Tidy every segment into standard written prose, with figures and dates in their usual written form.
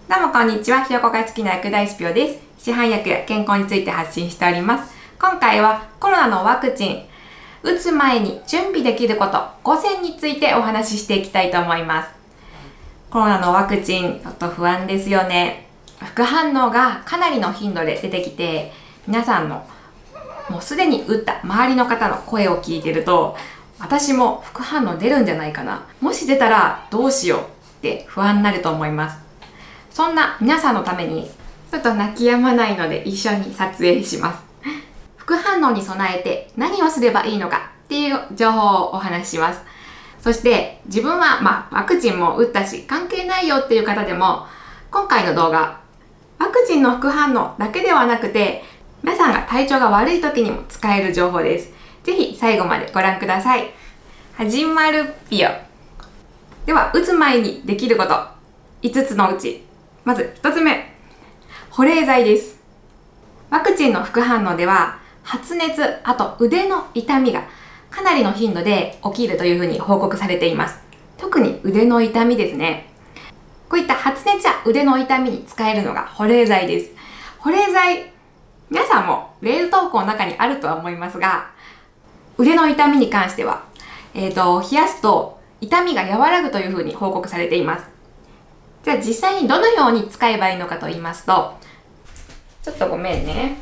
どうもこんにちは。ひよこが好きな薬大スピオです。市販薬や健康について発信しております。今回はコロナのワクチン、打つ前に準備できること5選についてお話ししていきたいと思います。コロナのワクチン、ちょっと不安ですよね。副反応がかなりの頻度で出てきて、皆さんのもうすでに打った周りの方の声を聞いてると、私も副反応出るんじゃないかな。もし出たらどうしようって不安になると思います。そんな皆さんのためにちょっと泣き止まないので一緒に撮影します。副反応に備えて何をすればいいのかっていう情報をお話しします。そして自分はワクチンも打ったし関係ないよっていう方でも、今回の動画ワクチンの副反応だけではなくて、皆さんが体調が悪い時にも使える情報です。ぜひ最後までご覧ください。始まるぴよ。では打つ前にできること5つのうち、まず1つ目、保冷剤です。ワクチンの副反応では発熱、あと腕の痛みがかなりの頻度で起きるというふうに報告されています。特に腕の痛みですね。こういった発熱や腕の痛みに使えるのが保冷剤です。保冷剤、皆さんも冷凍庫の中にあるとは思いますが、腕の痛みに関しては、冷やすと痛みが和らぐというふうに報告されています。じゃあ実際にどのように使えばいいのかと言いますと、ちょっとごめんね。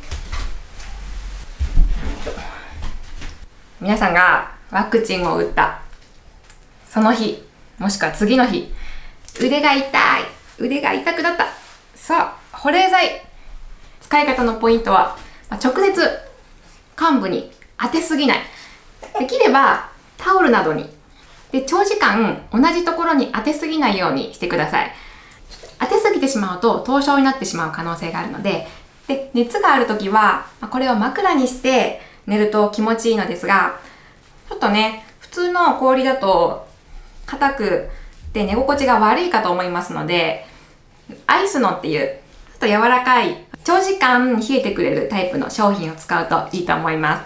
皆さんがワクチンを打ったその日、もしくは次の日、腕が痛くなった。さあ、保冷剤。使い方のポイントは、直接患部に当てすぎない。できればタオルなどに。で、長時間同じところに当てすぎないようにしてください。当てすぎてしまうと凍傷になってしまう可能性があるので、熱があるときは、これを枕にして寝ると気持ちいいのですが、ちょっとね、普通の氷だと硬くて寝心地が悪いかと思いますので、アイスノっていうちょっと柔らかい長時間冷えてくれるタイプの商品を使うといいと思います。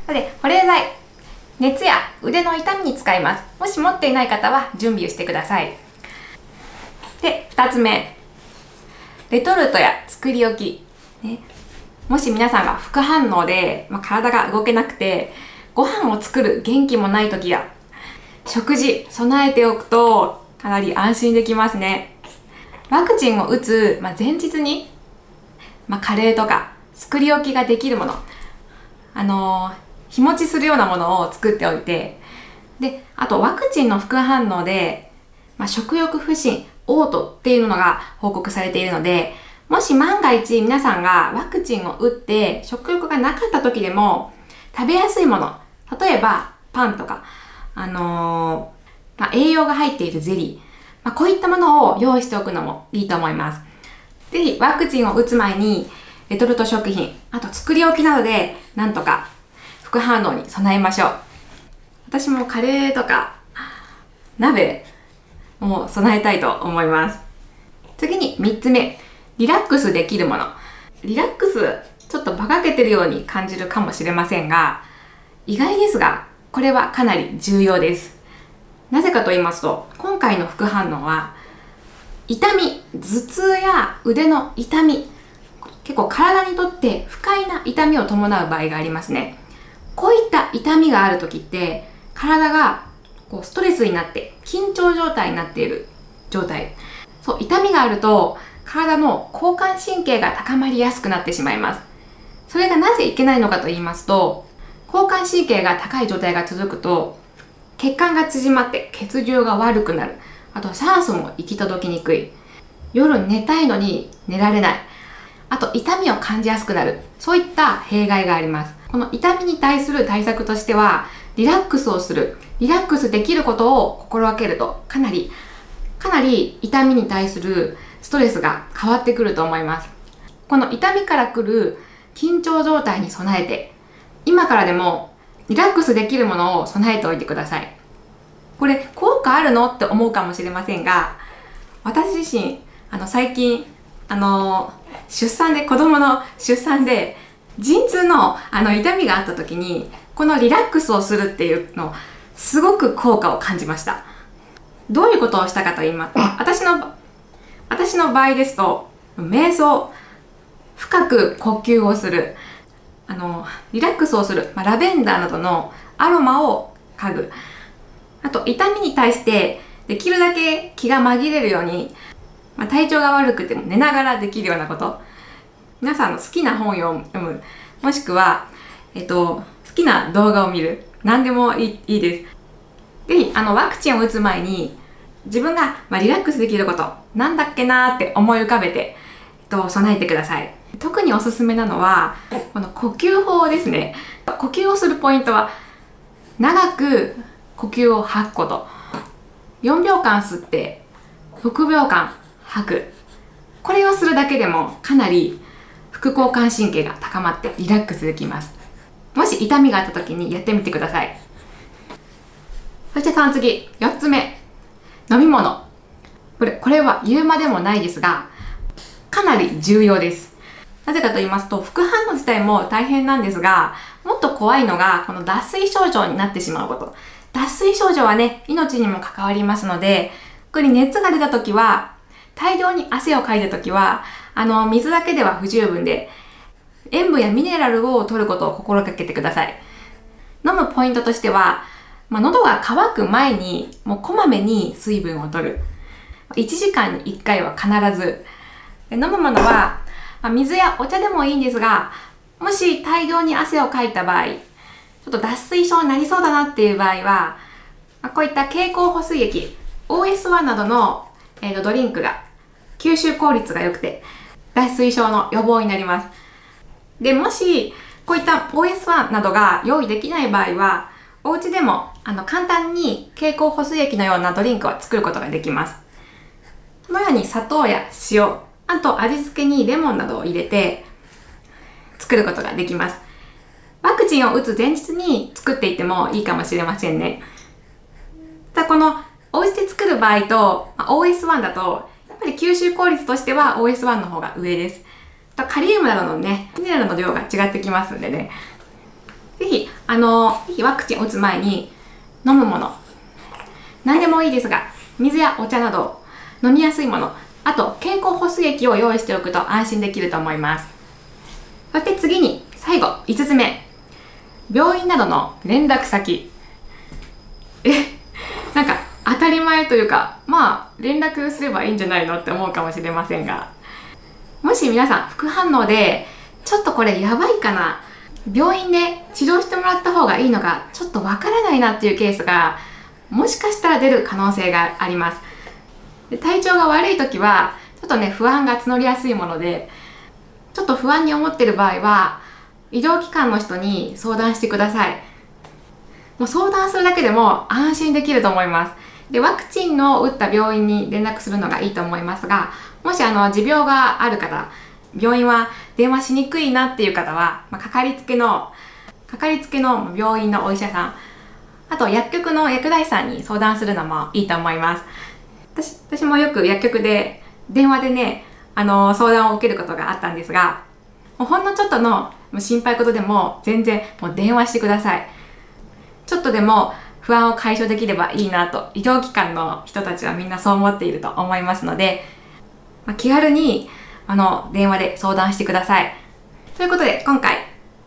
で、保冷剤、熱や腕の痛みに使います。もし持っていない方は準備をしてください。で、2つ目、レトルトや作り置き、ね、もし皆さんが副反応で、体が動けなくてご飯を作る元気もない時や食事備えておくとかなり安心できますね。ワクチンを打つ、前日に、カレーとか作り置きができるもの、日持ちするようなものを作っておいて、で、あとワクチンの副反応で、食欲不振、嘔吐っていうのが報告されているので、もし万が一皆さんがワクチンを打って食欲がなかった時でも食べやすいもの、例えばパンとか、栄養が入っているゼリー、こういったものを用意しておくのもいいと思います。ぜひワクチンを打つ前にレトルト食品、あと作り置きなどでなんとか副反応に備えましょう。私もカレーとか鍋も備えたいと思います。次に3つ目、リラックスできるもの。リラックス、ちょっと馬鹿げてるように感じるかもしれませんが、意外ですが、これはかなり重要です。なぜかと言いますと、今回の副反応は、痛み、頭痛や腕の痛み、結構体にとって不快な痛みを伴う場合がありますね。こういった痛みがあるときって、体がストレスになって緊張状態になっている状態。そう、痛みがあると体の交感神経が高まりやすくなってしまいます。それがなぜいけないのかと言いますと、交感神経が高い状態が続くと血管が縮まって血流が悪くなる。あと酸素も行き届きにくい。夜寝たいのに寝られない。あと痛みを感じやすくなる。そういった弊害があります。この痛みに対する対策としては、リラックスをする。リラックスできることを心がけるとかなり痛みに対するストレスが変わってくると思います。この痛みから来る緊張状態に備えて、今からでもリラックスできるものを備えておいてください。これ効果あるのって思うかもしれませんが、私自身最近子供の出産で陣痛の痛みがあった時に、このリラックスをするっていうのすごく効果を感じました。どういうことをしたかと言いますと、私私の場合ですと、瞑想、深く呼吸をする、リラックスをする、ラベンダーなどのアロマを嗅ぐ。あと、痛みに対してできるだけ気が紛れるように、体調が悪くても寝ながらできるようなこと。皆さんの好きな本を読む。もしくは、好きな動画を見る。何でもいいです。ぜひ、ワクチンを打つ前に、自分が、リラックスできること、なんだっけなーって思い浮かべて、備えてください。特におすすめなのは、この呼吸法ですね。呼吸をするポイントは、長く呼吸を吐くこと。4秒間吸って、6秒間吐く。これをするだけでもかなり副交感神経が高まってリラックスできます。もし痛みがあった時にやってみてください。そして次、4つ目。飲み物。これは言うまでもないですが、かなり重要です。なぜかと言いますと、副反応自体も大変なんですが、もっと怖いのが、この脱水症状になってしまうこと。脱水症状はね、命にも関わりますので、特に熱が出た時は、大量に汗をかいた時は、水だけでは不十分で、塩分やミネラルを摂ることを心がけてください。飲むポイントとしては、喉が渇く前に、もうこまめに水分を摂る。1時間に1回は必ず。飲むものは、水やお茶でもいいんですが、もし大量に汗をかいた場合、ちょっと脱水症になりそうだなっていう場合は、こういった経口補水液、OS1 などの、ドリンクが吸収効率が良くて、脱水症の予防になります。で、もし、こういった OS1 などが用意できない場合は、お家でも簡単に経口補水液のようなドリンクを作ることができます。このように砂糖や塩、あと味付けにレモンなどを入れて作ることができます。ワクチンを打つ前日に作っていってもいいかもしれませんね。このお家で作る場合と、OS1 だとやっぱり吸収効率としては OS1 の方が上です。カリウムなどのね、ミネラルの量が違ってきますんでね。ぜひワクチンを打つ前に飲むもの、何でもいいですが、水やお茶など飲みやすいもの、あと経口補水液を用意しておくと安心できると思います。そして次に最後5つ目、病院などの連絡先。なんか当たり前というか、連絡すればいいんじゃないのって思うかもしれませんが、もし皆さん副反応でちょっとこれやばいかな、病院で治療してもらった方がいいのかちょっとわからないなっていうケースがもしかしたら出る可能性があります。で、体調が悪い時はちょっとね、不安が募りやすいもので、ちょっと不安に思っている場合は医療機関の人に相談してください。もう相談するだけでも安心できると思います。で、ワクチンの打った病院に連絡するのがいいと思いますが、もし持病がある方、病院は電話しにくいなっていう方は、かかりつけの病院のお医者さん、あと薬局の薬剤師さんに相談するのもいいと思います。私もよく薬局で電話でね、相談を受けることがあったんですが、もうほんのちょっとの心配事でも全然もう電話してください。ちょっとでも不安を解消できればいいなと、医療機関の人たちはみんなそう思っていると思いますので、気軽に電話で相談してください。ということで今回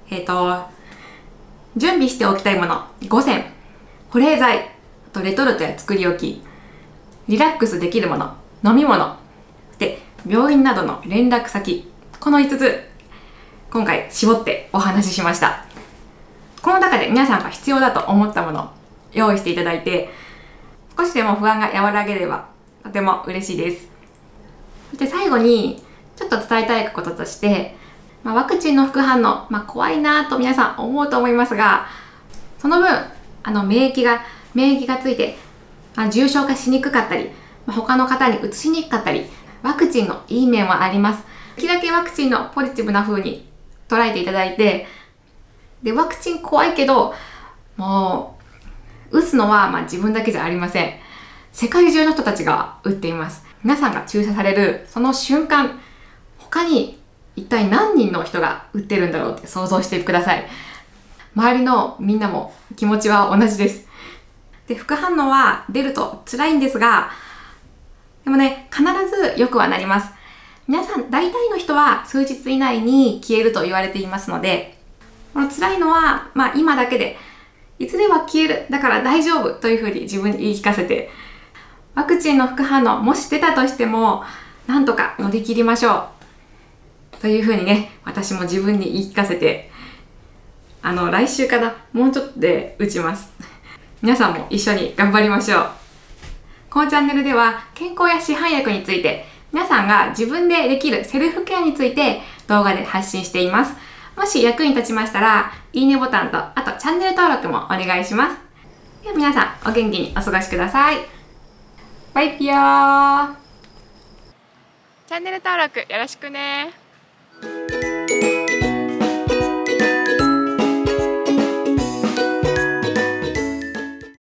準備しておきたいもの5選、保冷剤、あとレトルトや作り置き、リラックスできるもの、飲み物で、病院などの連絡先、この5つ今回絞ってお話ししました。この中で皆さんが必要だと思ったものを用意していただいて、少しでも不安が和らげればとても嬉しいです。そして最後にちょっと伝えたいこととして、ワクチンの副反応、怖いなと皆さん思うと思いますが、その分免疫がついて重症化しにくかったり、他の方にうつしにくかったり、ワクチンのいい面はあります。できるだけワクチンのポジティブな風に捉えていただいて、で、ワクチン怖いけど、もう打つのは自分だけじゃありません。世界中の人たちが打っています。皆さんが注射されるその瞬間、他に一体何人の人が打ってるんだろうって想像してください。周りのみんなも気持ちは同じです。で、副反応は出ると辛いんですが、 でもね、必ず良くはなります。皆さん、大体の人は数日以内に消えると言われていますので、この辛いのは、今だけで、いつでは消える、だから大丈夫というふうに自分に言い聞かせて、ワクチンの副反応、もし出たとしても、なんとか乗り切りましょう。というふうにね、私も自分に言い聞かせて、来週かな、もうちょっとで打ちます。皆さんも一緒に頑張りましょう。このチャンネルでは、健康や市販薬について、皆さんが自分でできるセルフケアについて動画で発信しています。もし役に立ちましたら、いいねボタンと、あとチャンネル登録もお願いします。では皆さん、お元気にお過ごしください。バイピヨー。チャンネル登録よろしくね。